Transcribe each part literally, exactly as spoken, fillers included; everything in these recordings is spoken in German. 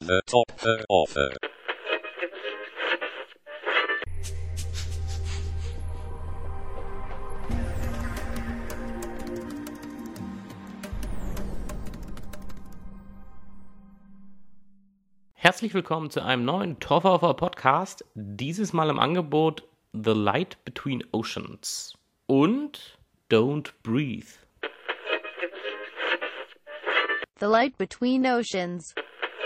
the top the author. Herzlich willkommen zu einem neuen Toffer Podcast. Dieses Mal im Angebot The Light Between Oceans und Don't Breathe. The Light Between Oceans.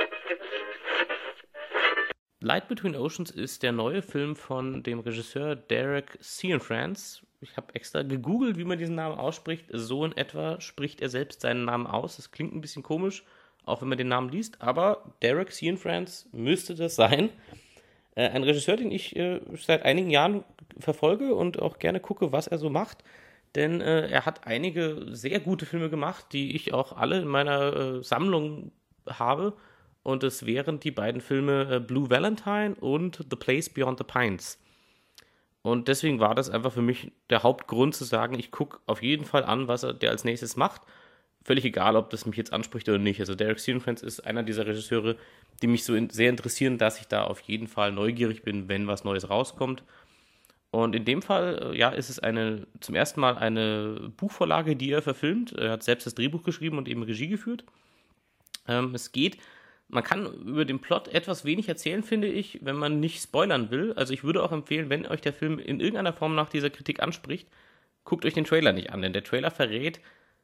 Light Between Oceans ist der neue Film von dem Regisseur Derek Cianfrance. Ich habe extra gegoogelt, wie man diesen Namen ausspricht. So in etwa spricht er selbst seinen Namen aus. Das klingt ein bisschen komisch, auch wenn man den Namen liest, aber Derek Cianfrance müsste das sein. Äh, ein Regisseur, den ich äh, seit einigen Jahren verfolge und auch gerne gucke, was er so macht. Denn äh, er hat einige sehr gute Filme gemacht, die ich auch alle in meiner äh, Sammlung habe. Und es wären die beiden Filme äh, Blue Valentine und The Place Beyond the Pines. Und deswegen war das einfach für mich der Hauptgrund zu sagen, ich gucke auf jeden Fall an, was er der als nächstes macht. Völlig egal, ob das mich jetzt anspricht oder nicht. Also Derek Cianfrance ist einer dieser Regisseure, die mich so in, sehr interessieren, dass ich da auf jeden Fall neugierig bin, wenn was Neues rauskommt. Und in dem Fall, ja, ist es eine zum ersten Mal eine Buchvorlage, die er verfilmt. Er hat selbst das Drehbuch geschrieben und eben Regie geführt. Ähm, es geht, man kann über den Plot etwas wenig erzählen, finde ich, wenn man nicht spoilern will. Also ich würde auch empfehlen, wenn euch der Film in irgendeiner Form nach dieser Kritik anspricht, guckt euch den Trailer nicht an, denn der Trailer verrät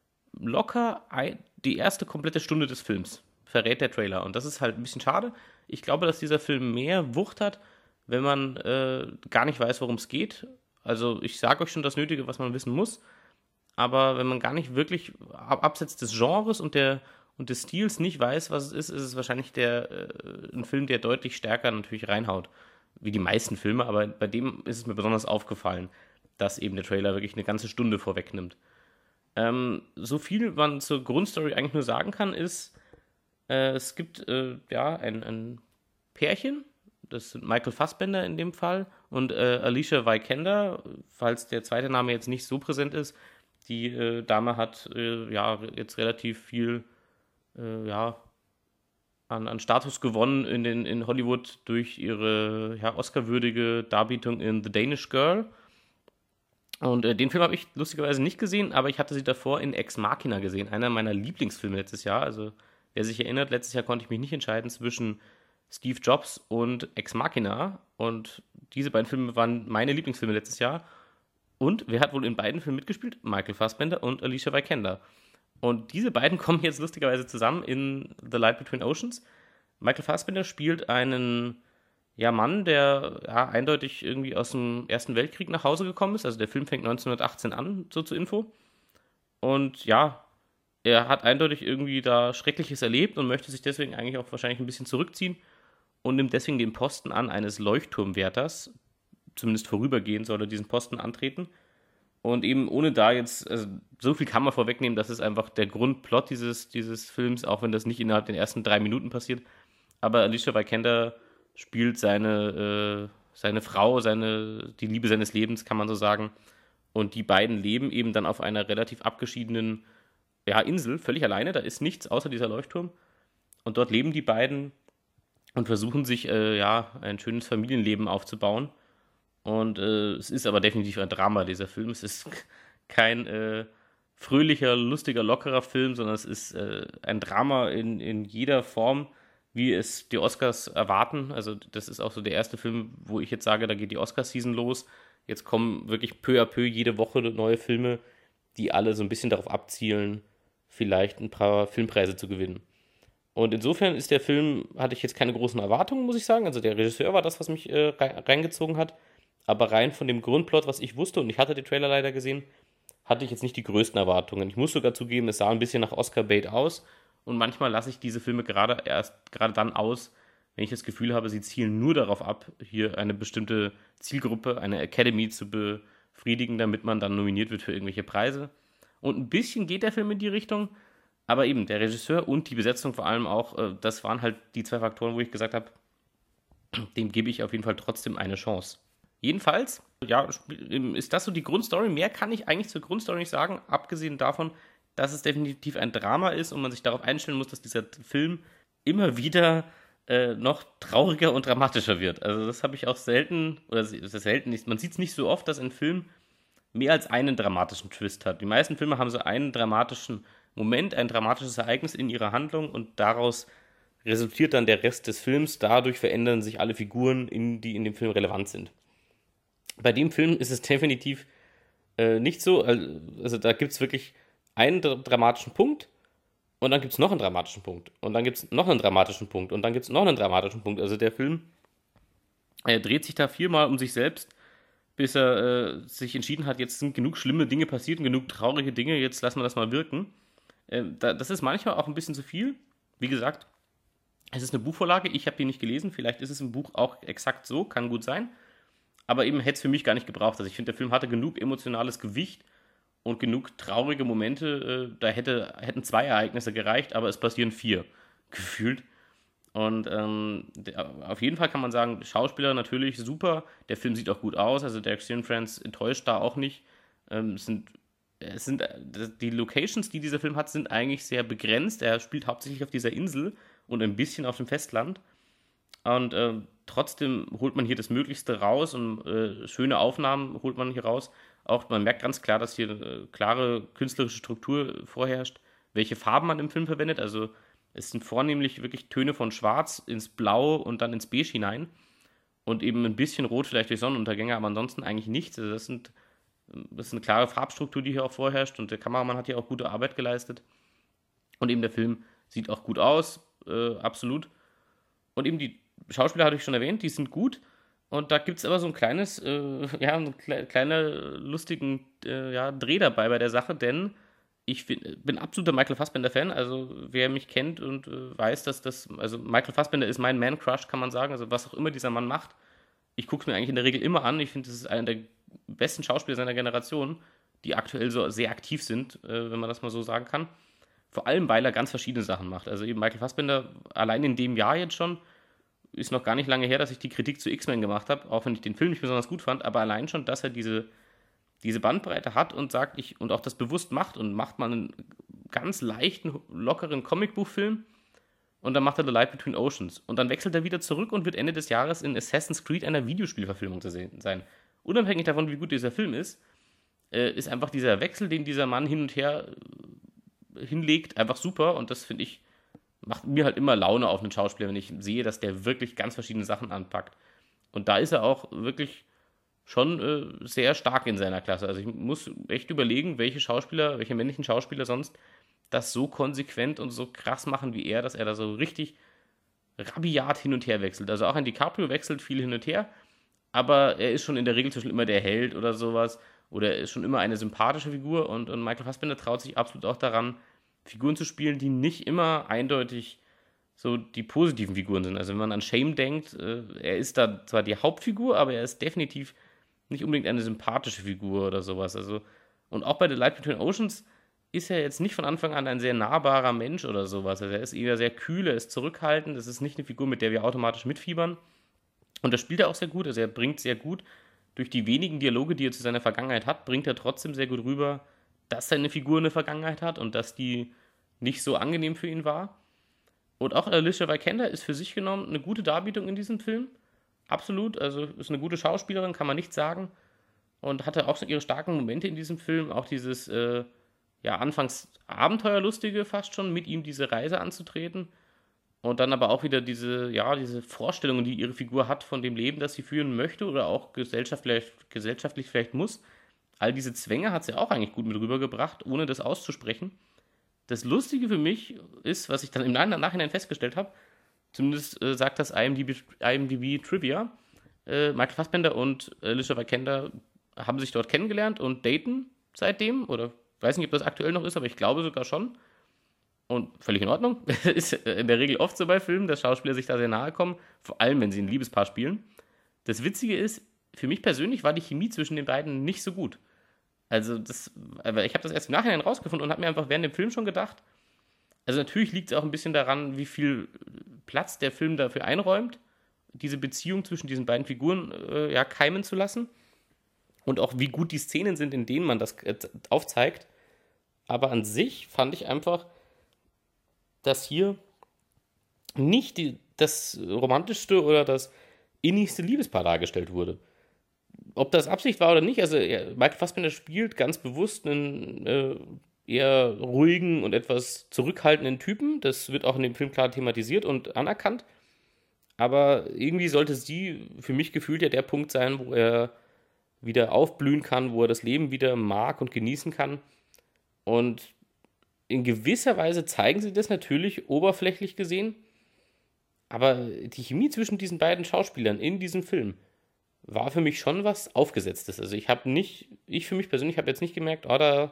locker ein, die erste komplette Stunde des Films. Verrät der Trailer. Und das ist halt ein bisschen schade. Ich glaube, dass dieser Film mehr Wucht hat, wenn man äh, gar nicht weiß, worum es geht. Also ich sage euch schon das Nötige, was man wissen muss, aber wenn man gar nicht wirklich ab, abseits des Genres und, der, und des Stils nicht weiß, was es ist, ist es wahrscheinlich der, äh, ein Film, der deutlich stärker natürlich reinhaut, wie die meisten Filme, aber bei dem ist es mir besonders aufgefallen, dass eben der Trailer wirklich eine ganze Stunde vorwegnimmt. Ähm, so viel man zur Grundstory eigentlich nur sagen kann, ist, äh, es gibt äh, ja ein, ein Pärchen, das sind Michael Fassbender in dem Fall und äh, Alicia Vikander, falls der zweite Name jetzt nicht so präsent ist. Die äh, Dame hat äh, ja jetzt relativ viel äh, ja, an, an Status gewonnen in, den, in Hollywood durch ihre ja, Oscar-würdige Darbietung in The Danish Girl. Und äh, den Film habe ich lustigerweise nicht gesehen, aber ich hatte sie davor in Ex Machina gesehen, einer meiner Lieblingsfilme letztes Jahr. Also wer sich erinnert, letztes Jahr konnte ich mich nicht entscheiden zwischen Steve Jobs und Ex Machina. Und diese beiden Filme waren meine Lieblingsfilme letztes Jahr. Und wer hat wohl in beiden Filmen mitgespielt? Michael Fassbender und Alicia Vikander. Und diese beiden kommen jetzt lustigerweise zusammen in The Light Between Oceans. Michael Fassbender spielt einen ja, Mann, der ja, eindeutig irgendwie aus dem Ersten Weltkrieg nach Hause gekommen ist. Also der Film fängt neunzehnhundertachtzehn an, so zur Info. Und ja, er hat eindeutig irgendwie da Schreckliches erlebt und möchte sich deswegen eigentlich auch wahrscheinlich ein bisschen zurückziehen und nimmt deswegen den Posten an eines Leuchtturmwärters. Zumindest vorübergehend soll er diesen Posten antreten. Und eben ohne da jetzt, also so viel kann man vorwegnehmen, das ist einfach der Grundplot dieses, dieses Films, auch wenn das nicht innerhalb der ersten drei Minuten passiert. Aber Alicia Vikander spielt seine, äh, seine Frau, seine, die Liebe seines Lebens, kann man so sagen. Und die beiden leben eben dann auf einer relativ abgeschiedenen ja, Insel, völlig alleine. Da ist nichts außer dieser Leuchtturm. Und dort leben die beiden und versuchen sich äh, ja, ein schönes Familienleben aufzubauen. Und äh, es ist aber definitiv ein Drama, dieser Film. Es ist kein äh, fröhlicher, lustiger, lockerer Film, sondern es ist äh, ein Drama in, in jeder Form, wie es die Oscars erwarten. Also das ist auch so der erste Film, wo ich jetzt sage, da geht die Oscar-Season los. Jetzt kommen wirklich peu à peu jede Woche neue Filme, die alle so ein bisschen darauf abzielen, vielleicht ein paar Filmpreise zu gewinnen. Und insofern ist der Film, hatte ich jetzt keine großen Erwartungen, muss ich sagen. Also der Regisseur war das, was mich äh, reingezogen hat. Aber rein von dem Grundplot, was ich wusste, und ich hatte den Trailer leider gesehen, hatte ich jetzt nicht die größten Erwartungen. Ich muss sogar zugeben, es sah ein bisschen nach Oscar-Bait aus. Und manchmal lasse ich diese Filme gerade erst gerade dann aus, wenn ich das Gefühl habe, sie zielen nur darauf ab, hier eine bestimmte Zielgruppe, eine Academy zu befriedigen, damit man dann nominiert wird für irgendwelche Preise. Und ein bisschen geht der Film in die Richtung, aber eben der Regisseur und die Besetzung vor allem auch, das waren halt die zwei Faktoren, wo ich gesagt habe, dem gebe ich auf jeden Fall trotzdem eine Chance. Jedenfalls, ja, ist das so die Grundstory. Mehr kann ich eigentlich zur Grundstory nicht sagen, abgesehen davon, dass es definitiv ein Drama ist und man sich darauf einstellen muss, dass dieser Film immer wieder äh, noch trauriger und dramatischer wird. Also das habe ich auch selten, oder es ist selten nicht, man sieht es nicht so oft, dass ein Film mehr als einen dramatischen Twist hat. Die meisten Filme haben so einen dramatischen Moment, ein dramatisches Ereignis in ihrer Handlung und daraus resultiert dann der Rest des Films. Dadurch verändern sich alle Figuren, in, die in dem Film relevant sind. Bei dem Film ist es definitiv äh, nicht so. Also da gibt es wirklich einen dr- dramatischen Punkt und dann gibt es noch einen dramatischen Punkt und dann gibt es noch einen dramatischen Punkt und dann gibt es noch einen dramatischen Punkt. Also der Film er dreht sich da viermal um sich selbst, bis er äh, sich entschieden hat, jetzt sind genug schlimme Dinge passiert und genug traurige Dinge, jetzt lassen wir das mal wirken. Äh, da, das ist manchmal auch ein bisschen zu viel. Wie gesagt, es ist eine Buchvorlage, ich habe die nicht gelesen, vielleicht ist es im Buch auch exakt so, kann gut sein. Aber eben hätte es für mich gar nicht gebraucht. Also ich finde, der Film hatte genug emotionales Gewicht und genug traurige Momente. Äh, da hätte, hätten zwei Ereignisse gereicht, aber es passieren vier, gefühlt. Und ähm, der, auf jeden Fall kann man sagen, Schauspieler natürlich super. Der Film sieht auch gut aus. Also Derek Cianfrance enttäuscht da auch nicht. Ähm, es sind, es sind die Locations, die dieser Film hat, sind eigentlich sehr begrenzt. Er spielt hauptsächlich auf dieser Insel und ein bisschen auf dem Festland. Und äh, trotzdem holt man hier das Möglichste raus und äh, schöne Aufnahmen holt man hier raus. Auch man merkt ganz klar, dass hier äh, klare künstlerische Struktur vorherrscht, welche Farben man im Film verwendet. Also es sind vornehmlich wirklich Töne von Schwarz ins Blau und dann ins Beige hinein. Und eben ein bisschen Rot vielleicht durch Sonnenuntergänge, aber ansonsten eigentlich nichts. Also das, sind, das ist eine klare Farbstruktur, die hier auch vorherrscht. Und der Kameramann hat hier auch gute Arbeit geleistet. Und eben der Film sieht auch gut aus, äh, absolut. Und eben die Schauspieler hatte ich schon erwähnt, die sind gut. Und da gibt es aber so ein kleines, äh, ja, einen kle kleiner lustigen äh, ja, Dreh dabei bei der Sache, denn ich bin, bin absoluter Michael Fassbender-Fan. Also wer mich kennt und äh, weiß, dass das, also Michael Fassbender ist mein Man-Crush, kann man sagen. Also was auch immer dieser Mann macht, ich gucke es mir eigentlich in der Regel immer an. Ich finde, das ist einer der besten Schauspieler seiner Generation, die aktuell so sehr aktiv sind, äh, wenn man das mal so sagen kann. Vor allem, weil er ganz verschiedene Sachen macht. Also eben Michael Fassbender, allein in dem Jahr jetzt schon, ist noch gar nicht lange her, dass ich die Kritik zu X-Men gemacht habe, auch wenn ich den Film nicht besonders gut fand, aber allein schon, dass er diese, diese Bandbreite hat und sagt, ich, und auch das bewusst macht und macht mal einen ganz leichten, lockeren Comicbuchfilm und dann macht er The Light Between Oceans und dann wechselt er wieder zurück und wird Ende des Jahres in Assassin's Creed einer Videospielverfilmung zu sehen sein. Unabhängig davon, wie gut dieser Film ist, äh, ist einfach dieser Wechsel, den dieser Mann hin und her äh, hinlegt, einfach super und das finde ich macht mir halt immer Laune auf einen Schauspieler, wenn ich sehe, dass der wirklich ganz verschiedene Sachen anpackt. Und da ist er auch wirklich schon äh, sehr stark in seiner Klasse. Also ich muss echt überlegen, welche Schauspieler, welche männlichen Schauspieler sonst das so konsequent und so krass machen wie er, dass er da so richtig rabiat hin und her wechselt. Also auch ein DiCaprio wechselt viel hin und her, aber er ist schon in der Regel schon immer der Held oder sowas. Oder er ist schon immer eine sympathische Figur und, und Michael Fassbender traut sich absolut auch daran, Figuren zu spielen, die nicht immer eindeutig so die positiven Figuren sind. Also wenn man an Shame denkt, äh, er ist da zwar die Hauptfigur, aber er ist definitiv nicht unbedingt eine sympathische Figur oder sowas. Also, und auch bei The Light Between Oceans ist er jetzt nicht von Anfang an ein sehr nahbarer Mensch oder sowas. Also er ist eher sehr kühl, er ist zurückhaltend, das ist nicht eine Figur, mit der wir automatisch mitfiebern. Und das spielt er auch sehr gut, also er bringt sehr gut, durch die wenigen Dialoge, die er zu seiner Vergangenheit hat, bringt er trotzdem sehr gut rüber, dass seine Figur eine Vergangenheit hat und dass die nicht so angenehm für ihn war. Und auch Alicia Vikander ist für sich genommen eine gute Darbietung in diesem Film. Absolut, also ist eine gute Schauspielerin, kann man nicht sagen. Und hatte auch so ihre starken Momente in diesem Film. Auch dieses, äh, ja, anfangs Abenteuerlustige fast schon, mit ihm diese Reise anzutreten. Und dann aber auch wieder diese, ja, diese Vorstellungen, die ihre Figur hat von dem Leben, das sie führen möchte oder auch gesellschaftlich, gesellschaftlich vielleicht muss. All diese Zwänge hat sie auch eigentlich gut mit rübergebracht, ohne das auszusprechen. Das Lustige für mich ist, was ich dann im Nachhinein festgestellt habe, zumindest äh, sagt das IMDb, IMDb Trivia, äh, Michael Fassbender und Alicia Vikander haben sich dort kennengelernt und daten seitdem, oder weiß nicht, ob das aktuell noch ist, aber ich glaube sogar schon. Und völlig in Ordnung. Ist in der Regel oft so bei Filmen, dass Schauspieler sich da sehr nahe kommen, vor allem, wenn sie ein Liebespaar spielen. Das Witzige ist, für mich persönlich war die Chemie zwischen den beiden nicht so gut. Also das, aber ich habe das erst im Nachhinein rausgefunden und habe mir einfach während dem Film schon gedacht, also natürlich liegt es auch ein bisschen daran, wie viel Platz der Film dafür einräumt, diese Beziehung zwischen diesen beiden Figuren äh, ja, keimen zu lassen und auch wie gut die Szenen sind, in denen man das äh, aufzeigt. Aber an sich fand ich einfach, dass hier nicht die, das romantischste oder das innigste Liebespaar dargestellt wurde. Ob das Absicht war oder nicht, also er, Michael Fassbender spielt ganz bewusst einen äh, eher ruhigen und etwas zurückhaltenden Typen. Das wird auch in dem Film klar thematisiert und anerkannt. Aber irgendwie sollte sie für mich gefühlt ja der Punkt sein, wo er wieder aufblühen kann, wo er das Leben wieder mag und genießen kann. Und in gewisser Weise zeigen sie das natürlich oberflächlich gesehen. Aber die Chemie zwischen diesen beiden Schauspielern in diesem Film war für mich schon was Aufgesetztes. Also ich habe nicht, ich für mich persönlich habe jetzt nicht gemerkt, oh, da,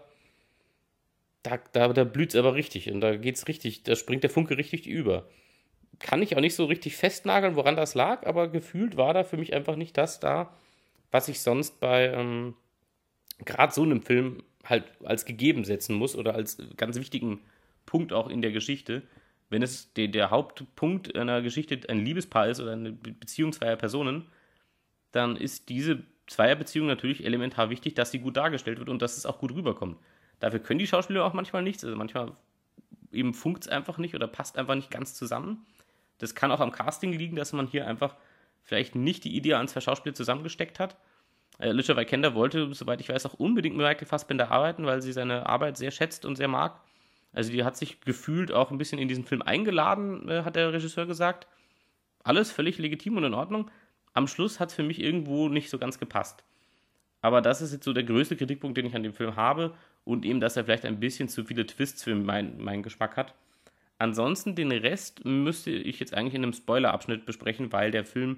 da, da, da blüht es aber richtig und da geht's richtig, da springt der Funke richtig über. Kann ich auch nicht so richtig festnageln, woran das lag, aber gefühlt war da für mich einfach nicht das da, was ich sonst bei ähm, gerade so einem Film halt als gegeben setzen muss oder als ganz wichtigen Punkt auch in der Geschichte. Wenn es der, der Hauptpunkt einer Geschichte ein Liebespaar ist oder eine Beziehung zweier Personen, dann ist diese Zweierbeziehung natürlich elementar wichtig, dass sie gut dargestellt wird und dass es auch gut rüberkommt. Dafür können die Schauspieler auch manchmal nichts, also manchmal eben funkt es einfach nicht oder passt einfach nicht ganz zusammen. Das kann auch am Casting liegen, dass man hier einfach vielleicht nicht die idealen zwei Schauspieler zusammengesteckt hat. Äh, Alicia Vikander wollte, soweit ich weiß, auch unbedingt mit Michael Fassbender arbeiten, weil sie seine Arbeit sehr schätzt und sehr mag. Also die hat sich gefühlt auch ein bisschen in diesen Film eingeladen, äh, hat der Regisseur gesagt. Alles völlig legitim und in Ordnung. Am Schluss hat es für mich irgendwo nicht so ganz gepasst. Aber das ist jetzt so der größte Kritikpunkt, den ich an dem Film habe. Und eben, dass er vielleicht ein bisschen zu viele Twists für mein, meinen Geschmack hat. Ansonsten den Rest müsste ich jetzt eigentlich in einem Spoiler-Abschnitt besprechen, weil der Film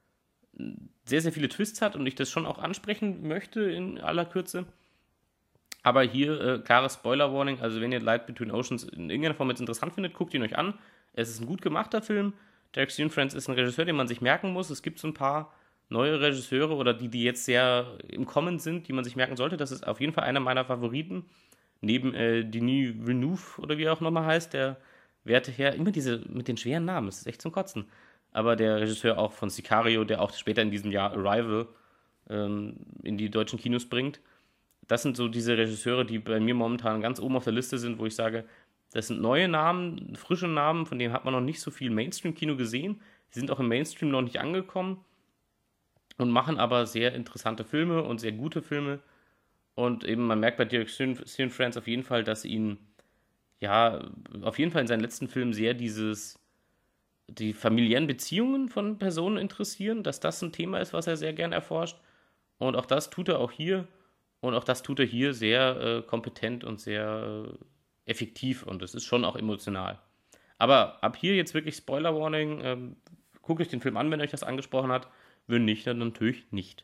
sehr, sehr viele Twists hat und ich das schon auch ansprechen möchte in aller Kürze. Aber hier äh, klare Spoiler-Warning, also wenn ihr Light Between Oceans in irgendeiner Form jetzt interessant findet, guckt ihn euch an. Es ist ein gut gemachter Film. Derek Cianfrance ist ein Regisseur, den man sich merken muss. Es gibt so ein paar neue Regisseure oder die, die jetzt sehr im Kommen sind, die man sich merken sollte. Das ist auf jeden Fall einer meiner Favoriten. Neben äh, Denis Villeneuve oder wie er auch nochmal heißt, der Werte her, immer diese mit den schweren Namen, das ist echt zum Kotzen. Aber der Regisseur auch von Sicario, der auch später in diesem Jahr Arrival ähm, in die deutschen Kinos bringt. Das sind so diese Regisseure, die bei mir momentan ganz oben auf der Liste sind, wo ich sage, das sind neue Namen, frische Namen, von denen hat man noch nicht so viel Mainstream-Kino gesehen. Sie sind auch im Mainstream noch nicht angekommen und machen aber sehr interessante Filme und sehr gute Filme. Und eben, man merkt bei Derek Cianfrance auf jeden Fall, dass ihn, ja, auf jeden Fall in seinen letzten Filmen sehr dieses, die familiären Beziehungen von Personen interessieren, dass das ein Thema ist, was er sehr gern erforscht. Und auch das tut er auch hier. Und auch das tut er hier sehr äh, kompetent und sehr äh, effektiv. Und es ist schon auch emotional. Aber ab hier jetzt wirklich Spoiler-Warning. Ähm, guckt euch den Film an, wenn euch das angesprochen hat. Wenn nicht, dann natürlich nicht.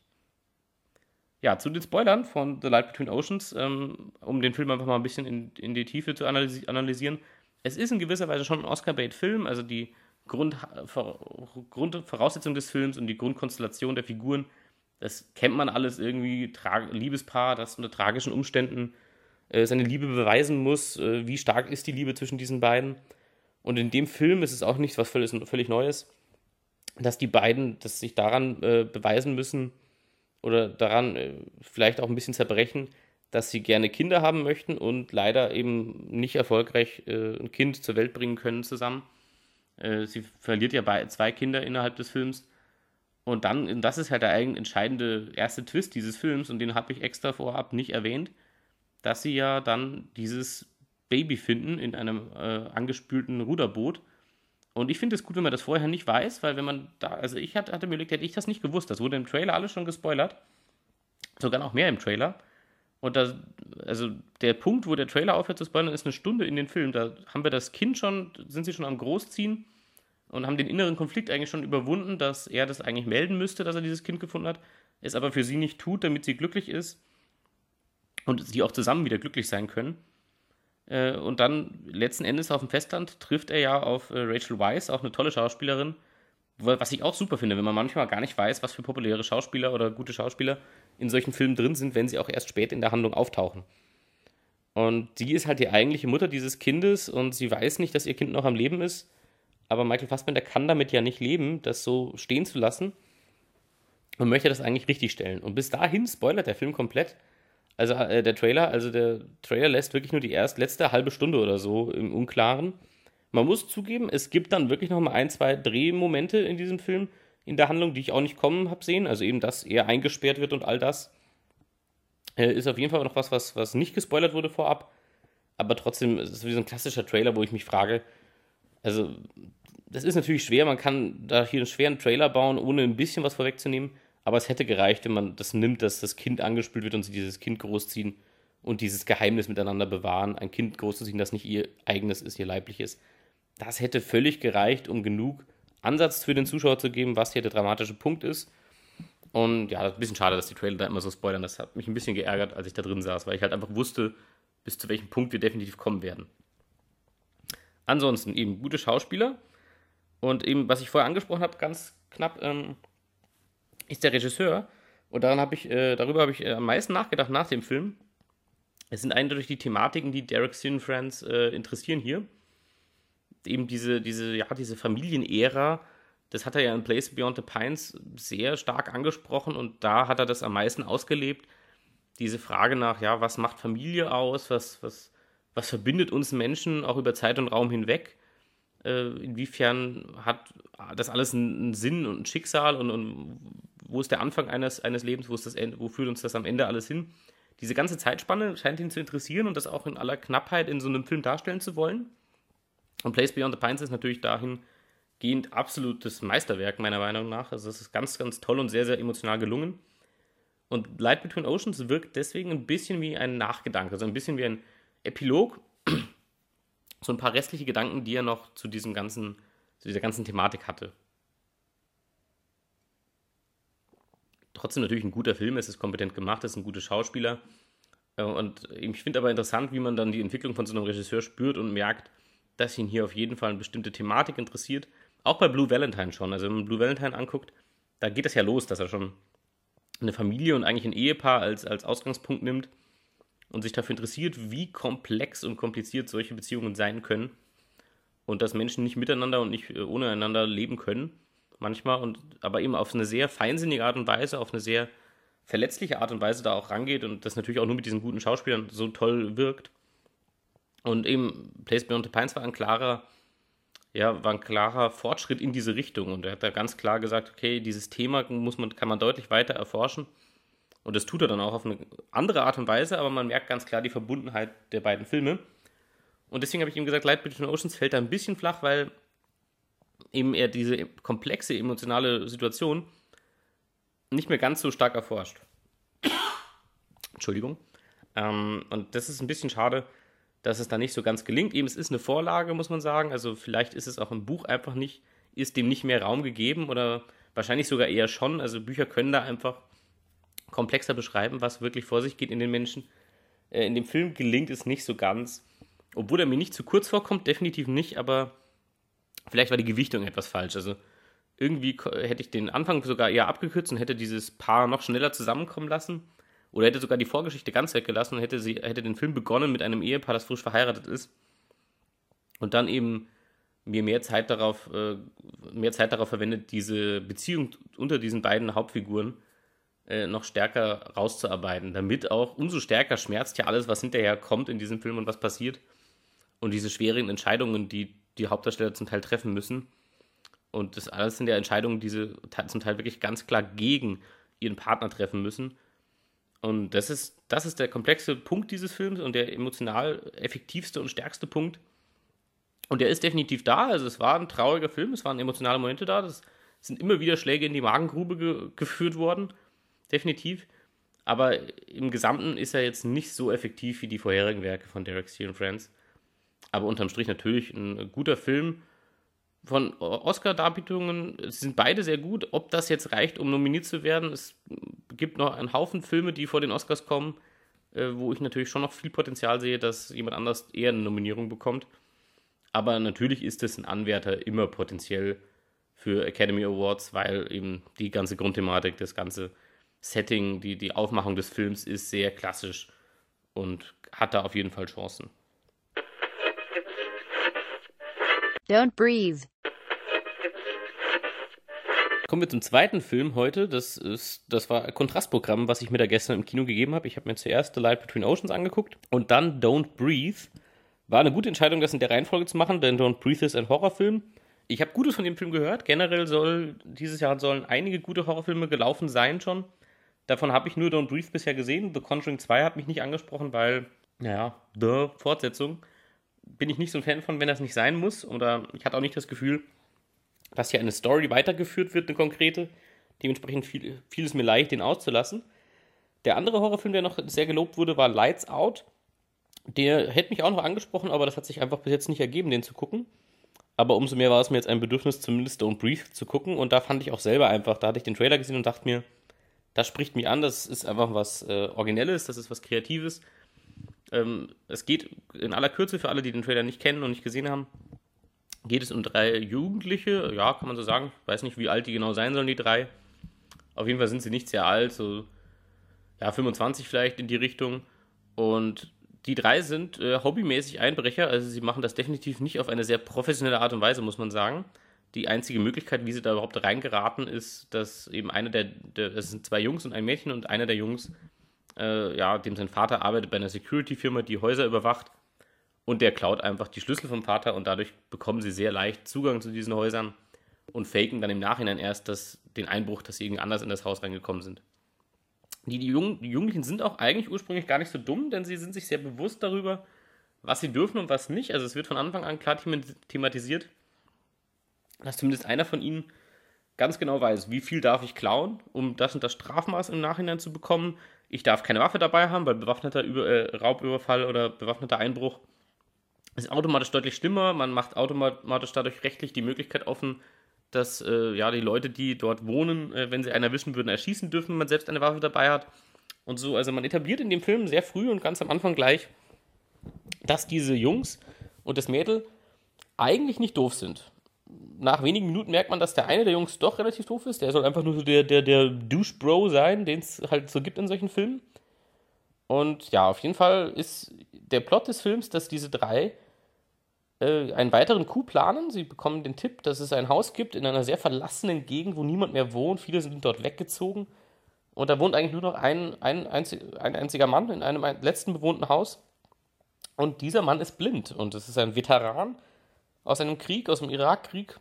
Ja, zu den Spoilern von The Light Between Oceans, ähm, um den Film einfach mal ein bisschen in, in die Tiefe zu analysi- analysieren. Es ist in gewisser Weise schon ein Oscar-Bait-Film, also die Grund, Grundvoraussetzung des Films und die Grundkonstellation der Figuren, das kennt man alles irgendwie, Tra- Liebespaar, das unter tragischen Umständen äh, seine Liebe beweisen muss. Äh, wie stark ist die Liebe zwischen diesen beiden? Und in dem Film ist es auch nichts was völlig, völlig Neues, dass die beiden das sich daran äh, beweisen müssen oder daran äh, vielleicht auch ein bisschen zerbrechen, dass sie gerne Kinder haben möchten und leider eben nicht erfolgreich äh, ein Kind zur Welt bringen können zusammen. Äh, sie verliert ja bei zwei Kinder innerhalb des Films. Und dann, und das ist halt der eigentlich entscheidende erste Twist dieses Films, und den habe ich extra vorab nicht erwähnt, dass sie ja dann dieses Baby finden in einem äh, angespülten Ruderboot. Und ich finde es gut, wenn man das vorher nicht weiß, weil wenn man da, also ich hatte, hatte mir überlegt, hätte ich das nicht gewusst, das wurde im Trailer alles schon gespoilert, sogar noch mehr im Trailer. Und da, also der Punkt, wo der Trailer aufhört zu spoilern, ist eine Stunde in den Film. Da haben wir das Kind schon, sind sie schon am Großziehen und haben den inneren Konflikt eigentlich schon überwunden, dass er das eigentlich melden müsste, dass er dieses Kind gefunden hat, es aber für sie nicht tut, damit sie glücklich ist und sie auch zusammen wieder glücklich sein können. Und dann letzten Endes auf dem Festland trifft er ja auf Rachel Weisz, auch eine tolle Schauspielerin, was ich auch super finde, wenn man manchmal gar nicht weiß, was für populäre Schauspieler oder gute Schauspieler in solchen Filmen drin sind, wenn sie auch erst spät in der Handlung auftauchen. Und sie ist halt die eigentliche Mutter dieses Kindes und sie weiß nicht, dass ihr Kind noch am Leben ist, aber Michael Fassbender kann damit ja nicht leben, das so stehen zu lassen und möchte das eigentlich richtigstellen. Und bis dahin spoilert der Film komplett. Also äh, der Trailer, also der Trailer lässt wirklich nur die erst letzte halbe Stunde oder so im Unklaren. Man muss zugeben, es gibt dann wirklich noch mal ein, zwei Drehmomente in diesem Film, in der Handlung, die ich auch nicht kommen habe sehen. Also eben, dass er eingesperrt wird und all das. Äh, ist auf jeden Fall noch was, was, was nicht gespoilert wurde vorab. Aber trotzdem ist es wie so ein klassischer Trailer, wo ich mich frage, also das ist natürlich schwer, man kann da hier einen schweren Trailer bauen, ohne ein bisschen was vorwegzunehmen. Aber es hätte gereicht, wenn man das nimmt, dass das Kind angespült wird und sie dieses Kind großziehen und dieses Geheimnis miteinander bewahren. Ein Kind großzuziehen, das nicht ihr eigenes ist, ihr leibliches. Das hätte völlig gereicht, um genug Ansatz für den Zuschauer zu geben, was hier der dramatische Punkt ist. Und ja, ein bisschen schade, dass die Trailer da immer so spoilern. Das hat mich ein bisschen geärgert, als ich da drin saß, weil ich halt einfach wusste, bis zu welchem Punkt wir definitiv kommen werden. Ansonsten eben gute Schauspieler. Und eben, was ich vorher angesprochen habe, ganz knapp, ähm, ist der Regisseur. Und daran hab ich, äh, darüber habe ich äh, am meisten nachgedacht nach dem Film. Es sind eindeutig die Thematiken, die Derek Cianfrance äh, interessieren hier. Eben diese, diese, ja, diese Familienära, das hat er ja in Place Beyond the Pines sehr stark angesprochen und da hat er das am meisten ausgelebt. Diese Frage nach, ja, was macht Familie aus, was, was, was verbindet uns Menschen auch über Zeit und Raum hinweg? Äh, inwiefern hat das alles einen Sinn und ein Schicksal und, und wo ist der Anfang eines, eines Lebens, wo, ist das Ende, wo führt uns das am Ende alles hin? Diese ganze Zeitspanne scheint ihn zu interessieren und das auch in aller Knappheit in so einem Film darstellen zu wollen. Und Place Beyond the Pines ist natürlich dahingehend absolutes Meisterwerk, meiner Meinung nach. Also es ist ganz, ganz toll und sehr, sehr emotional gelungen. Und Light Between Oceans wirkt deswegen ein bisschen wie ein Nachgedanke, also ein bisschen wie ein Epilog. So ein paar restliche Gedanken, die er noch zu diesem ganzen, zu dieser ganzen Thematik hatte. Trotzdem natürlich ein guter Film, es ist kompetent gemacht, es sind gute Schauspieler. Und ich finde aber interessant, wie man dann die Entwicklung von so einem Regisseur spürt und merkt, dass ihn hier auf jeden Fall eine bestimmte Thematik interessiert. Auch bei Blue Valentine schon. Also wenn man Blue Valentine anguckt, da geht es ja los, dass er schon eine Familie und eigentlich ein Ehepaar als, als Ausgangspunkt nimmt und sich dafür interessiert, wie komplex und kompliziert solche Beziehungen sein können und dass Menschen nicht miteinander und nicht ohne einander leben können, manchmal, und aber eben auf eine sehr feinsinnige Art und Weise, auf eine sehr verletzliche Art und Weise da auch rangeht und das natürlich auch nur mit diesen guten Schauspielern so toll wirkt. Und eben Place Beyond the Pines war ein klarer, ja, war ein klarer Fortschritt in diese Richtung. Und er hat da ganz klar gesagt, okay, dieses Thema muss man, kann man deutlich weiter erforschen. Und das tut er dann auch auf eine andere Art und Weise, aber man merkt ganz klar die Verbundenheit der beiden Filme. Und deswegen habe ich ihm gesagt, Light Between Oceans fällt da ein bisschen flach, weil eben er diese komplexe emotionale Situation nicht mehr ganz so stark erforscht. Entschuldigung. Ähm, und das ist ein bisschen schade, dass es da nicht so ganz gelingt. Eben, es ist eine Vorlage, muss man sagen. Also vielleicht ist es auch im Buch einfach nicht, ist dem nicht mehr Raum gegeben oder wahrscheinlich sogar eher schon. Also Bücher können da einfach komplexer beschreiben, was wirklich vor sich geht in den Menschen. Äh, in dem Film gelingt es nicht so ganz. Obwohl er mir nicht zu kurz vorkommt, definitiv nicht, aber vielleicht war die Gewichtung etwas falsch. Also irgendwie hätte ich den Anfang sogar eher abgekürzt und hätte dieses Paar noch schneller zusammenkommen lassen. Oder hätte sogar die Vorgeschichte ganz weggelassen und hätte, sie, hätte den Film begonnen mit einem Ehepaar, das frisch verheiratet ist. Und dann eben mir mehr Zeit darauf, äh, mehr Zeit darauf verwendet, diese Beziehung unter diesen beiden Hauptfiguren äh, noch stärker rauszuarbeiten. Damit auch, umso stärker schmerzt ja alles, was hinterher kommt in diesem Film und was passiert. Und diese schweren Entscheidungen, die die Hauptdarsteller zum Teil treffen müssen. Und das alles sind ja Entscheidungen, die sie zum Teil wirklich ganz klar gegen ihren Partner treffen müssen. Und das ist, das ist der komplexe Punkt dieses Films und der emotional effektivste und stärkste Punkt. Und der ist definitiv da. Also es war ein trauriger Film, es waren emotionale Momente da. Es sind immer wieder Schläge in die Magengrube ge- geführt worden. Definitiv. Aber im Gesamten ist er jetzt nicht so effektiv wie die vorherigen Werke von Derek Cianfrance. Aber unterm Strich natürlich ein guter Film. Von Oscar-Darbietungen, sie sind beide sehr gut. Ob das jetzt reicht, um nominiert zu werden, es gibt noch einen Haufen Filme, die vor den Oscars kommen, äh, wo ich natürlich schon noch viel Potenzial sehe, dass jemand anders eher eine Nominierung bekommt. Aber natürlich ist es ein Anwärter immer potenziell für Academy Awards, weil eben die ganze Grundthematik, das ganze Setting, die, die Aufmachung des Films ist sehr klassisch und hat da auf jeden Fall Chancen. Don't breathe. Kommen wir zum zweiten Film heute. Das ist, das war ein Kontrastprogramm, was ich mir da gestern im Kino gegeben habe. Ich habe mir zuerst The Light Between Oceans angeguckt und dann Don't Breathe War eine gute Entscheidung, das in der Reihenfolge zu machen, denn Don't Breathe ist ein Horrorfilm. Ich habe Gutes von dem Film gehört. Generell soll dieses Jahr sollen einige gute Horrorfilme gelaufen sein schon. Davon habe ich nur Don't Breathe bisher gesehen. The Conjuring zwei hat mich nicht angesprochen, weil, naja, the Fortsetzung bin ich nicht so ein Fan von, wenn das nicht sein muss. Oder ich hatte auch nicht das Gefühl, dass hier eine Story weitergeführt wird, eine konkrete. Dementsprechend fiel, fiel es mir leicht, den auszulassen. Der andere Horrorfilm, der noch sehr gelobt wurde, war Lights Out. Der hätte mich auch noch angesprochen, aber das hat sich einfach bis jetzt nicht ergeben, den zu gucken. Aber umso mehr war es mir jetzt ein Bedürfnis, zumindest Don't Breathe zu gucken. Und da fand ich auch selber einfach, da hatte ich den Trailer gesehen und dachte mir, das spricht mich an, das ist einfach was äh, Originelles, das ist was Kreatives. Ähm, es geht in aller Kürze, für alle, die den Trailer nicht kennen und nicht gesehen haben, geht es um drei Jugendliche, ja, kann man so sagen. Ich weiß nicht, wie alt die genau sein sollen, die drei. Auf jeden Fall sind sie nicht sehr alt, so ja, fünfundzwanzig vielleicht in die Richtung. Und die drei sind äh, hobbymäßig Einbrecher, also sie machen das definitiv nicht auf eine sehr professionelle Art und Weise, muss man sagen. Die einzige Möglichkeit, wie sie da überhaupt reingeraten, ist, dass eben einer der, der es sind zwei Jungs und ein Mädchen und einer der Jungs, äh, ja, dem sein Vater arbeitet bei einer Security-Firma, die Häuser überwacht und der klaut einfach die Schlüssel vom Vater und dadurch bekommen sie sehr leicht Zugang zu diesen Häusern und faken dann im Nachhinein erst das, den Einbruch, dass sie irgendwie anders in das Haus reingekommen sind. Die, die, Jung, die Jugendlichen sind auch eigentlich ursprünglich gar nicht so dumm, denn sie sind sich sehr bewusst darüber, was sie dürfen und was nicht. Also es wird von Anfang an klar thematisiert, dass zumindest einer von ihnen ganz genau weiß, wie viel darf ich klauen, um das und das Strafmaß im Nachhinein zu bekommen. Ich darf keine Waffe dabei haben, weil bewaffneter Über, äh, Raubüberfall oder bewaffneter Einbruch ist automatisch deutlich schlimmer. Man macht automatisch dadurch rechtlich die Möglichkeit offen, dass äh, ja, die Leute, die dort wohnen, äh, wenn sie einen erwischen würden, erschießen dürfen, wenn man selbst eine Waffe dabei hat. Und so, also man etabliert in dem Film sehr früh und ganz am Anfang gleich, dass diese Jungs und das Mädel eigentlich nicht doof sind. Nach wenigen Minuten merkt man, dass der eine der Jungs doch relativ doof ist. Der soll einfach nur so der, der, der Douche-Bro sein, den es halt so gibt in solchen Filmen. Und ja, auf jeden Fall ist der Plot des Films, dass diese drei äh, einen weiteren Coup planen. Sie bekommen den Tipp, dass es ein Haus gibt in einer sehr verlassenen Gegend, wo niemand mehr wohnt. Viele sind dort weggezogen. Und da wohnt eigentlich nur noch ein, ein, einzig, ein einziger Mann in einem letzten bewohnten Haus. Und dieser Mann ist blind. Und es ist ein Veteran aus einem Krieg, aus dem Irakkrieg.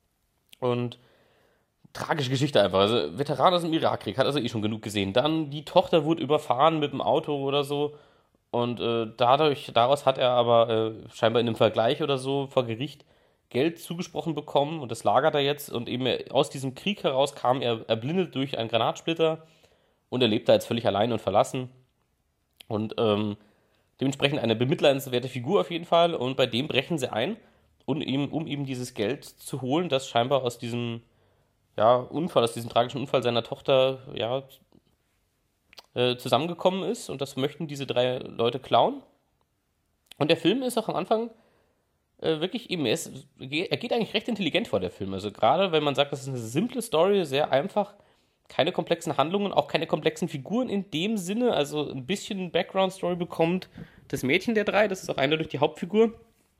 Und tragische Geschichte einfach. Also Veteran aus dem Irakkrieg, hat also eh schon genug gesehen. Dann die Tochter wurde überfahren mit dem Auto oder so. Und äh, dadurch, daraus hat er aber äh, scheinbar in einem Vergleich oder so vor Gericht Geld zugesprochen bekommen. Und das lagert er jetzt. Und eben aus diesem Krieg heraus kam er erblindet durch einen Granatsplitter. Und er lebt da jetzt völlig allein und verlassen. Und ähm, dementsprechend eine bemitleidenswerte Figur auf jeden Fall. Und bei dem brechen sie ein, um ihm, um ihm dieses Geld zu holen, das scheinbar aus diesem ja, Unfall, aus diesem tragischen Unfall seiner Tochter ja, äh, zusammengekommen ist. Und das möchten diese drei Leute klauen. Und der Film ist auch am Anfang äh, wirklich eben, er, ist, er geht eigentlich recht intelligent vor, der Film. Also gerade, wenn man sagt, das ist eine simple Story, sehr einfach, keine komplexen Handlungen, auch keine komplexen Figuren in dem Sinne, also ein bisschen Background-Story bekommt das Mädchen der drei, das ist auch eindeutig die Hauptfigur.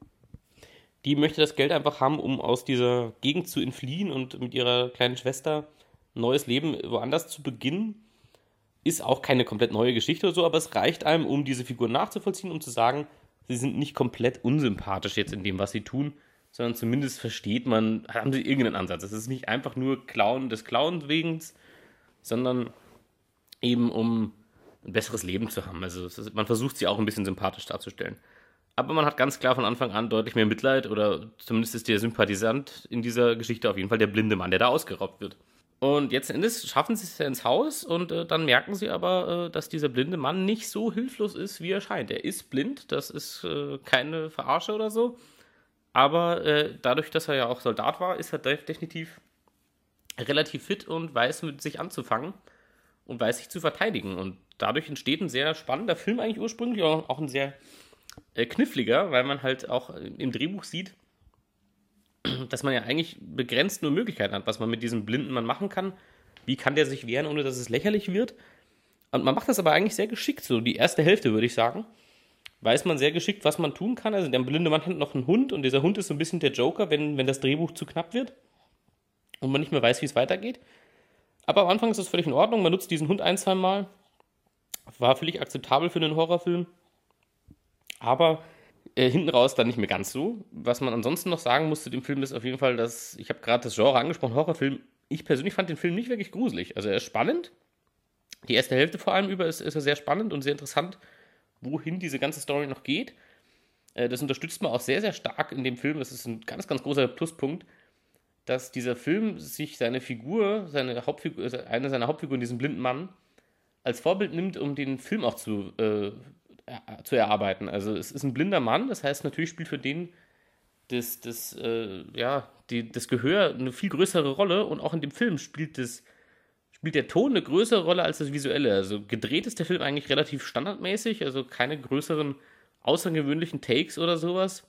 Die möchte das Geld einfach haben, um aus dieser Gegend zu entfliehen und mit ihrer kleinen Schwester ein neues Leben woanders zu beginnen. Ist auch keine komplett neue Geschichte oder so, aber es reicht einem, um diese Figuren nachzuvollziehen, um zu sagen, sie sind nicht komplett unsympathisch jetzt in dem, was sie tun, sondern zumindest versteht man, haben sie irgendeinen Ansatz. Es ist nicht einfach nur Klauen des Klauens wegen, sondern eben um ein besseres Leben zu haben. Also ist, man versucht sie auch ein bisschen sympathisch darzustellen. Aber man hat ganz klar von Anfang an deutlich mehr Mitleid oder zumindest ist der Sympathisant in dieser Geschichte auf jeden Fall der blinde Mann, der da ausgeraubt wird. Und jetzt Endes schaffen sie es ja ins Haus und äh, dann merken sie aber, äh, dass dieser blinde Mann nicht so hilflos ist, wie er scheint. Er ist blind, das ist äh, keine Verarsche oder so. Aber äh, dadurch, dass er ja auch Soldat war, ist er definitiv relativ fit und weiß, mit sich anzufangen und weiß, sich zu verteidigen. Und dadurch entsteht ein sehr spannender Film eigentlich ursprünglich, auch ein sehr äh, kniffliger, weil man halt auch im Drehbuch sieht, dass man ja eigentlich begrenzt nur Möglichkeiten hat, was man mit diesem blinden Mann machen kann. Wie kann der sich wehren, ohne dass es lächerlich wird? Und man macht das aber eigentlich sehr geschickt, so die erste Hälfte, würde ich sagen. Weiß man sehr geschickt, was man tun kann. Also der blinde Mann hat noch einen Hund und dieser Hund ist so ein bisschen der Joker, wenn, wenn das Drehbuch zu knapp wird und man nicht mehr weiß, wie es weitergeht. Aber am Anfang ist das völlig in Ordnung. Man nutzt diesen Hund ein, zwei Mal. War völlig akzeptabel für einen Horrorfilm. Aber Äh, hinten raus dann nicht mehr ganz so. Was man ansonsten noch sagen muss zu dem Film ist auf jeden Fall, dass, ich habe gerade das Genre angesprochen, Horrorfilm. Ich persönlich fand den Film nicht wirklich gruselig. Also er ist spannend. Die erste Hälfte vor allem über ist, ist er sehr spannend und sehr interessant, wohin diese ganze Story noch geht. Äh, das unterstützt man auch sehr, sehr stark in dem Film. Das ist ein ganz, ganz großer Pluspunkt, dass dieser Film sich seine Figur, seine Hauptfigur, also eine seiner Hauptfiguren, diesen blinden Mann, als Vorbild nimmt, um den Film auch zu, äh, er, zu erarbeiten. Also es ist ein blinder Mann, das heißt natürlich spielt für den das, das, äh, ja, die, das Gehör eine viel größere Rolle und auch in dem Film spielt, das, spielt der Ton eine größere Rolle als das Visuelle. Also gedreht ist der Film eigentlich relativ standardmäßig, also keine größeren außergewöhnlichen Takes oder sowas.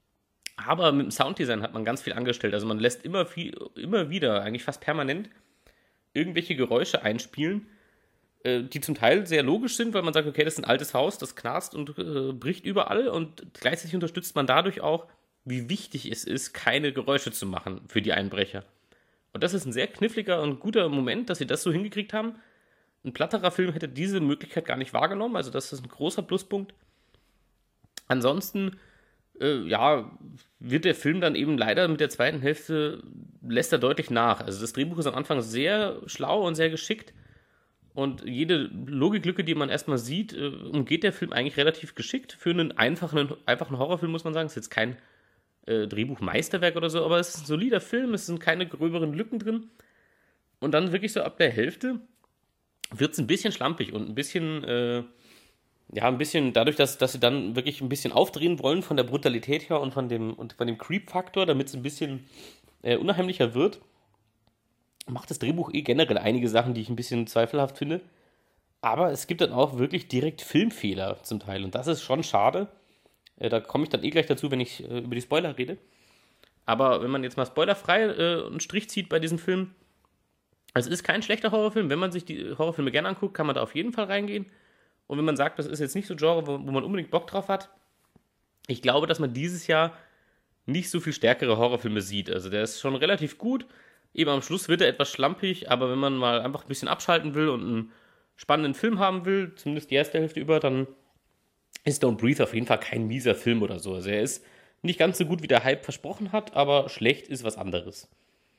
Aber mit dem Sounddesign hat man ganz viel angestellt. Also man lässt immer viel, immer wieder, eigentlich fast permanent, irgendwelche Geräusche einspielen, äh, die zum Teil sehr logisch sind, weil man sagt, okay, das ist ein altes Haus, das knarzt und äh, bricht überall und gleichzeitig unterstützt man dadurch auch, wie wichtig es ist, keine Geräusche zu machen für die Einbrecher. Und das ist ein sehr kniffliger und guter Moment, dass sie das so hingekriegt haben. Ein platterer Film hätte diese Möglichkeit gar nicht wahrgenommen, also das ist ein großer Pluspunkt. Ansonsten äh, ja, wird der Film dann eben leider mit der zweiten Hälfte, lässt er deutlich nach. Also das Drehbuch ist am Anfang sehr schlau und sehr geschickt und jede Logiklücke, die man erstmal sieht, äh, umgeht der Film eigentlich relativ geschickt. Für einen einfachen, einfachen Horrorfilm muss man sagen, es ist jetzt kein äh, Drehbuchmeisterwerk oder so, aber es ist ein solider Film, es sind keine gröberen Lücken drin und dann wirklich so ab der Hälfte wird es ein bisschen schlampig und ein bisschen... Äh, Ja, ein bisschen dadurch, dass, dass sie dann wirklich ein bisschen aufdrehen wollen von der Brutalität her und von dem, und von dem Creep-Faktor, damit es ein bisschen äh, unheimlicher wird, macht das Drehbuch eh generell einige Sachen, die ich ein bisschen zweifelhaft finde. Aber es gibt dann auch wirklich direkt Filmfehler zum Teil und das ist schon schade. Äh, da komme ich dann eh gleich dazu, wenn ich äh, über die Spoiler rede. Aber wenn man jetzt mal spoilerfrei äh, einen Strich zieht bei diesem Film, es ist kein schlechter Horrorfilm. Wenn man sich die Horrorfilme gerne anguckt, kann man da auf jeden Fall reingehen. Und wenn man sagt, das ist jetzt nicht so ein Genre, wo, wo man unbedingt Bock drauf hat, ich glaube, dass man dieses Jahr nicht so viel stärkere Horrorfilme sieht. Also der ist schon relativ gut. Eben am Schluss wird er etwas schlampig, aber wenn man mal einfach ein bisschen abschalten will und einen spannenden Film haben will, zumindest die erste Hälfte über, dann ist Don't Breathe auf jeden Fall kein mieser Film oder so. Also er ist nicht ganz so gut, wie der Hype versprochen hat, aber schlecht ist was anderes.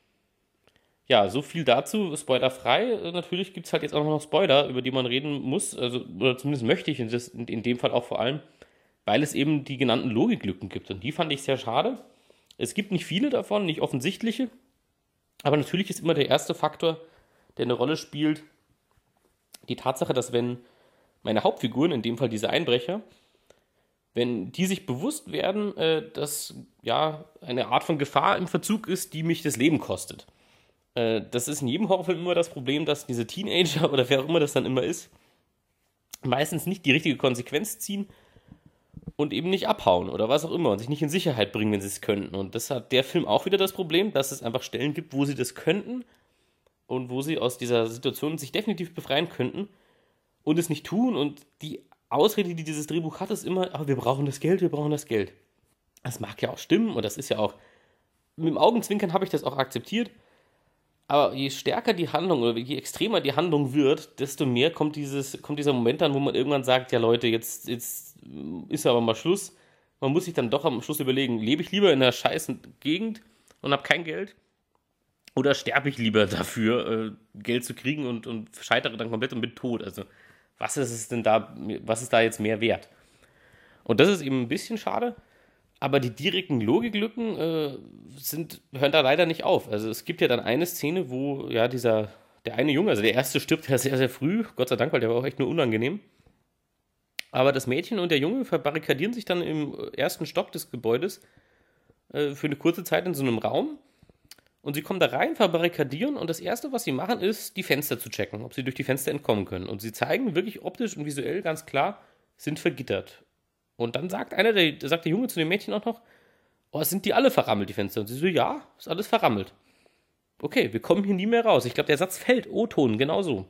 Ja, so viel dazu, spoilerfrei. Natürlich gibt es halt jetzt auch noch Spoiler, über die man reden muss, also, oder zumindest möchte ich, und das in, in dem Fall auch vor allem, weil es eben die genannten Logiklücken gibt. Und die fand ich sehr schade. Es gibt nicht viele davon, nicht offensichtliche, aber natürlich ist immer der erste Faktor, der eine Rolle spielt, die Tatsache, dass wenn meine Hauptfiguren, in dem Fall diese Einbrecher, wenn die sich bewusst werden, äh, dass ja eine Art von Gefahr im Verzug ist, die mich das Leben kostet. Das ist in jedem Horrorfilm immer das Problem, dass diese Teenager oder wer auch immer das dann immer ist, meistens nicht die richtige Konsequenz ziehen und eben nicht abhauen oder was auch immer und sich nicht in Sicherheit bringen, wenn sie es könnten. Und das hat der Film auch wieder das Problem, dass es einfach Stellen gibt, wo sie das könnten und wo sie aus dieser Situation sich definitiv befreien könnten und es nicht tun. Und die Ausrede, die dieses Drehbuch hat, ist immer, aber wir brauchen das Geld, wir brauchen das Geld. Das mag ja auch stimmen und das ist ja auch, mit dem Augenzwinkern habe ich das auch akzeptiert. Aber je stärker die Handlung oder je extremer die Handlung wird, desto mehr kommt, dieses, kommt dieser Moment dann, wo man irgendwann sagt, ja Leute, jetzt, jetzt ist aber mal Schluss. Man muss sich dann doch am Schluss überlegen, lebe ich lieber in einer scheißen Gegend und habe kein Geld oder sterbe ich lieber dafür, äh, Geld zu kriegen und, und scheitere dann komplett und bin tot. Also was ist es denn da, was ist da jetzt mehr wert? Und das ist eben ein bisschen schade. Aber die direkten Logiklücken äh, sind, hören da leider nicht auf. Also es gibt ja dann eine Szene, wo ja dieser, der eine Junge, also der erste stirbt ja sehr, sehr früh, Gott sei Dank, weil der war auch echt nur unangenehm. Aber das Mädchen und der Junge verbarrikadieren sich dann im ersten Stock des Gebäudes äh, für eine kurze Zeit in so einem Raum. Und sie kommen da rein, verbarrikadieren und das Erste, was sie machen, ist, die Fenster zu checken, ob sie durch die Fenster entkommen können. Und sie zeigen wirklich optisch und visuell ganz klar, sind vergittert. Und dann sagt einer, der, der sagt der Junge zu dem Mädchen auch noch, oh, sind die alle verrammelt, die Fenster? Und sie so, ja, ist alles verrammelt. Okay, wir kommen hier nie mehr raus. Ich glaube, der Satz fällt, O-Ton, genau so.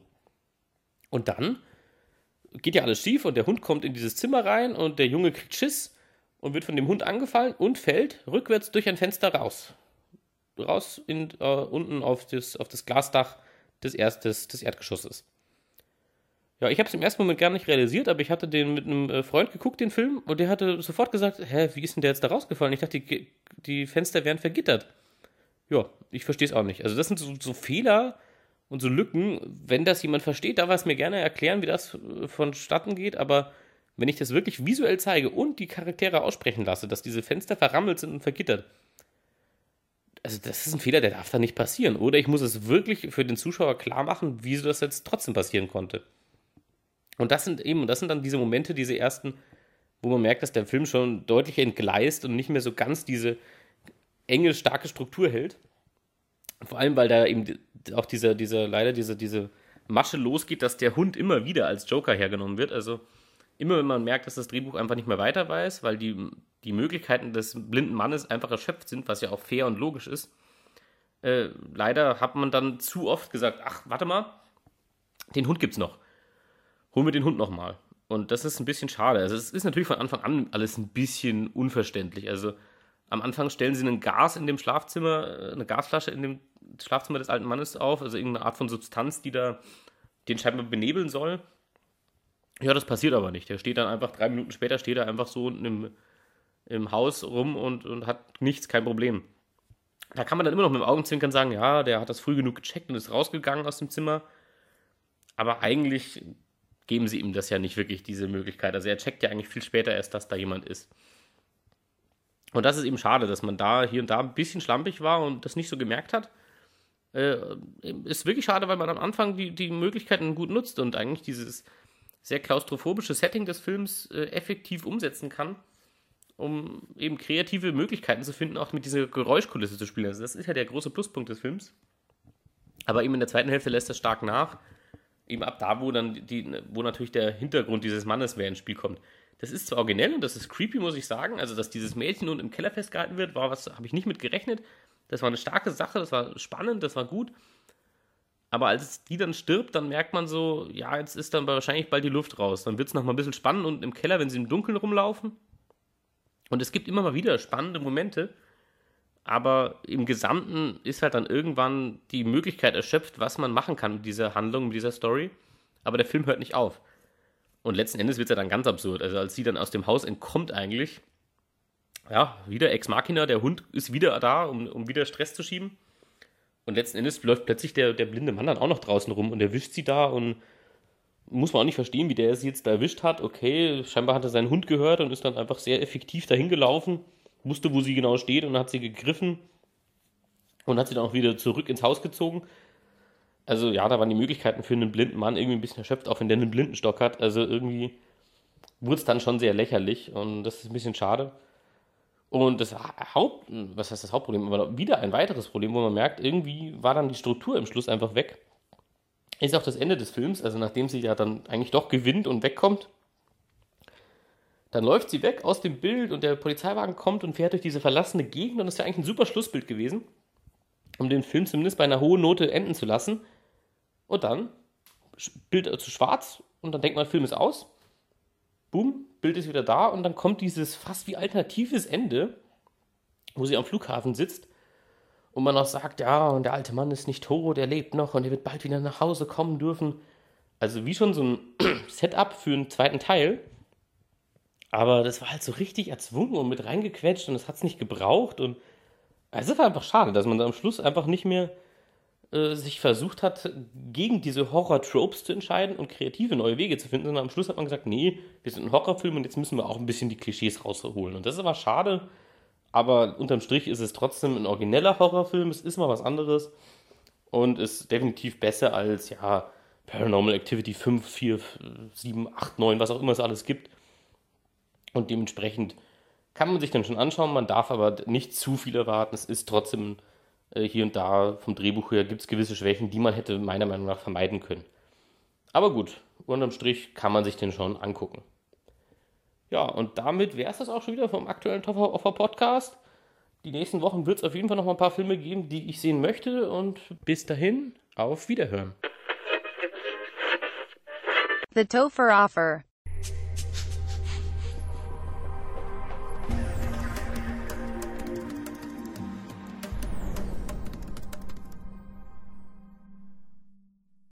Und dann geht ja alles schief und der Hund kommt in dieses Zimmer rein und der Junge kriegt Schiss und wird von dem Hund angefallen und fällt rückwärts durch ein Fenster raus. Raus in, äh, unten auf das, auf das Glasdach des, Erst, des, des Erdgeschosses. Ja, ich habe es im ersten Moment gar nicht realisiert, aber ich hatte den mit einem äh, Freund geguckt, den Film, und der hatte sofort gesagt, hä, wie ist denn der jetzt da rausgefallen? Ich dachte, die, die Fenster wären vergittert. Ja, ich verstehe es auch nicht. Also das sind so, so Fehler und so Lücken. Wenn das jemand versteht, darf er es mir gerne erklären, wie das äh, vonstatten geht, aber wenn ich das wirklich visuell zeige und die Charaktere aussprechen lasse, dass diese Fenster verrammelt sind und vergittert, also das ist ein Fehler, der darf da nicht passieren. Oder ich muss es wirklich für den Zuschauer klar machen, wieso das jetzt trotzdem passieren konnte. Und das sind eben, das sind dann diese Momente, diese ersten, wo man merkt, dass der Film schon deutlich entgleist und nicht mehr so ganz diese enge, starke Struktur hält. Vor allem, weil da eben auch dieser, dieser, leider diese, diese Masche losgeht, dass der Hund immer wieder als Joker hergenommen wird. Also immer, wenn man merkt, dass das Drehbuch einfach nicht mehr weiter weiß, weil die, die Möglichkeiten des blinden Mannes einfach erschöpft sind, was ja auch fair und logisch ist. Äh, leider hat man dann zu oft gesagt, ach, warte mal, den Hund gibt's noch. Holen wir den Hund nochmal. Und das ist ein bisschen schade. Also es ist natürlich von Anfang an alles ein bisschen unverständlich. Also am Anfang stellen sie ein Gas in dem Schlafzimmer, eine Gasflasche in dem Schlafzimmer des alten Mannes auf, also irgendeine Art von Substanz, die da den scheinbar benebeln soll. Ja, das passiert aber nicht. Der steht dann einfach, drei Minuten später steht er einfach so im, im Haus rum und, und hat nichts, kein Problem. Da kann man dann immer noch mit dem Augenzwinkern sagen, ja, der hat das früh genug gecheckt und ist rausgegangen aus dem Zimmer. Aber eigentlich geben sie ihm das ja nicht wirklich, diese Möglichkeit. Also er checkt ja eigentlich viel später erst, dass da jemand ist. Und das ist eben schade, dass man da hier und da ein bisschen schlampig war und das nicht so gemerkt hat. Äh, ist wirklich schade, weil man am Anfang die, die Möglichkeiten gut nutzt und eigentlich dieses sehr klaustrophobische Setting des Films äh, effektiv umsetzen kann, um eben kreative Möglichkeiten zu finden, auch mit dieser Geräuschkulisse zu spielen. Also das ist ja der große Pluspunkt des Films. Aber eben in der zweiten Hälfte lässt das stark nach. Eben ab da, wo dann die, wo natürlich der Hintergrund dieses Mannes mehr ins Spiel kommt. Das ist zwar originell und das ist creepy, muss ich sagen. Also, dass dieses Mädchen nun im Keller festgehalten wird, war was, habe ich nicht mit gerechnet. Das war eine starke Sache, das war spannend, das war gut. Aber als die dann stirbt, dann merkt man so, ja, jetzt ist dann wahrscheinlich bald die Luft raus. Dann wird es nochmal ein bisschen spannend und im Keller, wenn sie im Dunkeln rumlaufen. Und es gibt immer mal wieder spannende Momente. Aber im Gesamten ist halt dann irgendwann die Möglichkeit erschöpft, was man machen kann mit dieser Handlung, mit dieser Story. Aber der Film hört nicht auf. Und letzten Endes wird es ja dann ganz absurd. Also als sie dann aus dem Haus entkommt eigentlich, ja, wieder Ex Machina, der Hund ist wieder da, um, um wieder Stress zu schieben. Und letzten Endes läuft plötzlich der, der blinde Mann dann auch noch draußen rum und erwischt sie da und muss man auch nicht verstehen, wie der sie jetzt da erwischt hat. Okay, scheinbar hat er seinen Hund gehört und ist dann einfach sehr effektiv dahin gelaufen, wusste, wo sie genau steht und hat sie gegriffen und hat sie dann auch wieder zurück ins Haus gezogen. Also ja, da waren die Möglichkeiten für einen blinden Mann irgendwie ein bisschen erschöpft, auch wenn der einen Blindenstock hat. Also irgendwie wurde es dann schon sehr lächerlich und das ist ein bisschen schade. Und das Haupt, was heißt das Hauptproblem, aber wieder ein weiteres Problem, wo man merkt, irgendwie war dann die Struktur im Schluss einfach weg. Ist auch das Ende des Films, also nachdem sie ja dann eigentlich doch gewinnt und wegkommt, dann läuft sie weg aus dem Bild und der Polizeiwagen kommt und fährt durch diese verlassene Gegend und das ist ja eigentlich ein super Schlussbild gewesen, um den Film zumindest bei einer hohen Note enden zu lassen. Und dann Bild zu schwarz und dann denkt man, Film ist aus. Boom, Bild ist wieder da und dann kommt dieses fast wie alternatives Ende, wo sie am Flughafen sitzt und man auch sagt, ja, und der alte Mann ist nicht tot, der lebt noch und er wird bald wieder nach Hause kommen dürfen. Also wie schon so ein Setup für einen zweiten Teil. Aber das war halt so richtig erzwungen und mit reingequetscht und das hat es nicht gebraucht. Und es war einfach schade, dass man da am Schluss einfach nicht mehr äh, sich versucht hat, gegen diese Horror-Tropes zu entscheiden und kreative neue Wege zu finden, sondern am Schluss hat man gesagt, nee, wir sind ein Horrorfilm und jetzt müssen wir auch ein bisschen die Klischees rausholen. Und das ist aber schade, aber unterm Strich ist es trotzdem ein origineller Horrorfilm, es ist mal was anderes und ist definitiv besser als, ja, Paranormal Activity fünf, vier, sieben, acht, neun, was auch immer es alles gibt. Und dementsprechend kann man sich dann schon anschauen, man darf aber nicht zu viel erwarten. Es ist trotzdem äh, hier und da vom Drehbuch her gibt es gewisse Schwächen, die man hätte meiner Meinung nach vermeiden können. Aber gut, unterm Strich kann man sich den schon angucken. Ja, und damit wäre es das auch schon wieder vom aktuellen Top of Horror Podcast. Die nächsten Wochen wird es auf jeden Fall noch mal ein paar Filme geben, die ich sehen möchte. Und bis dahin, auf Wiederhören. The Topher Offer.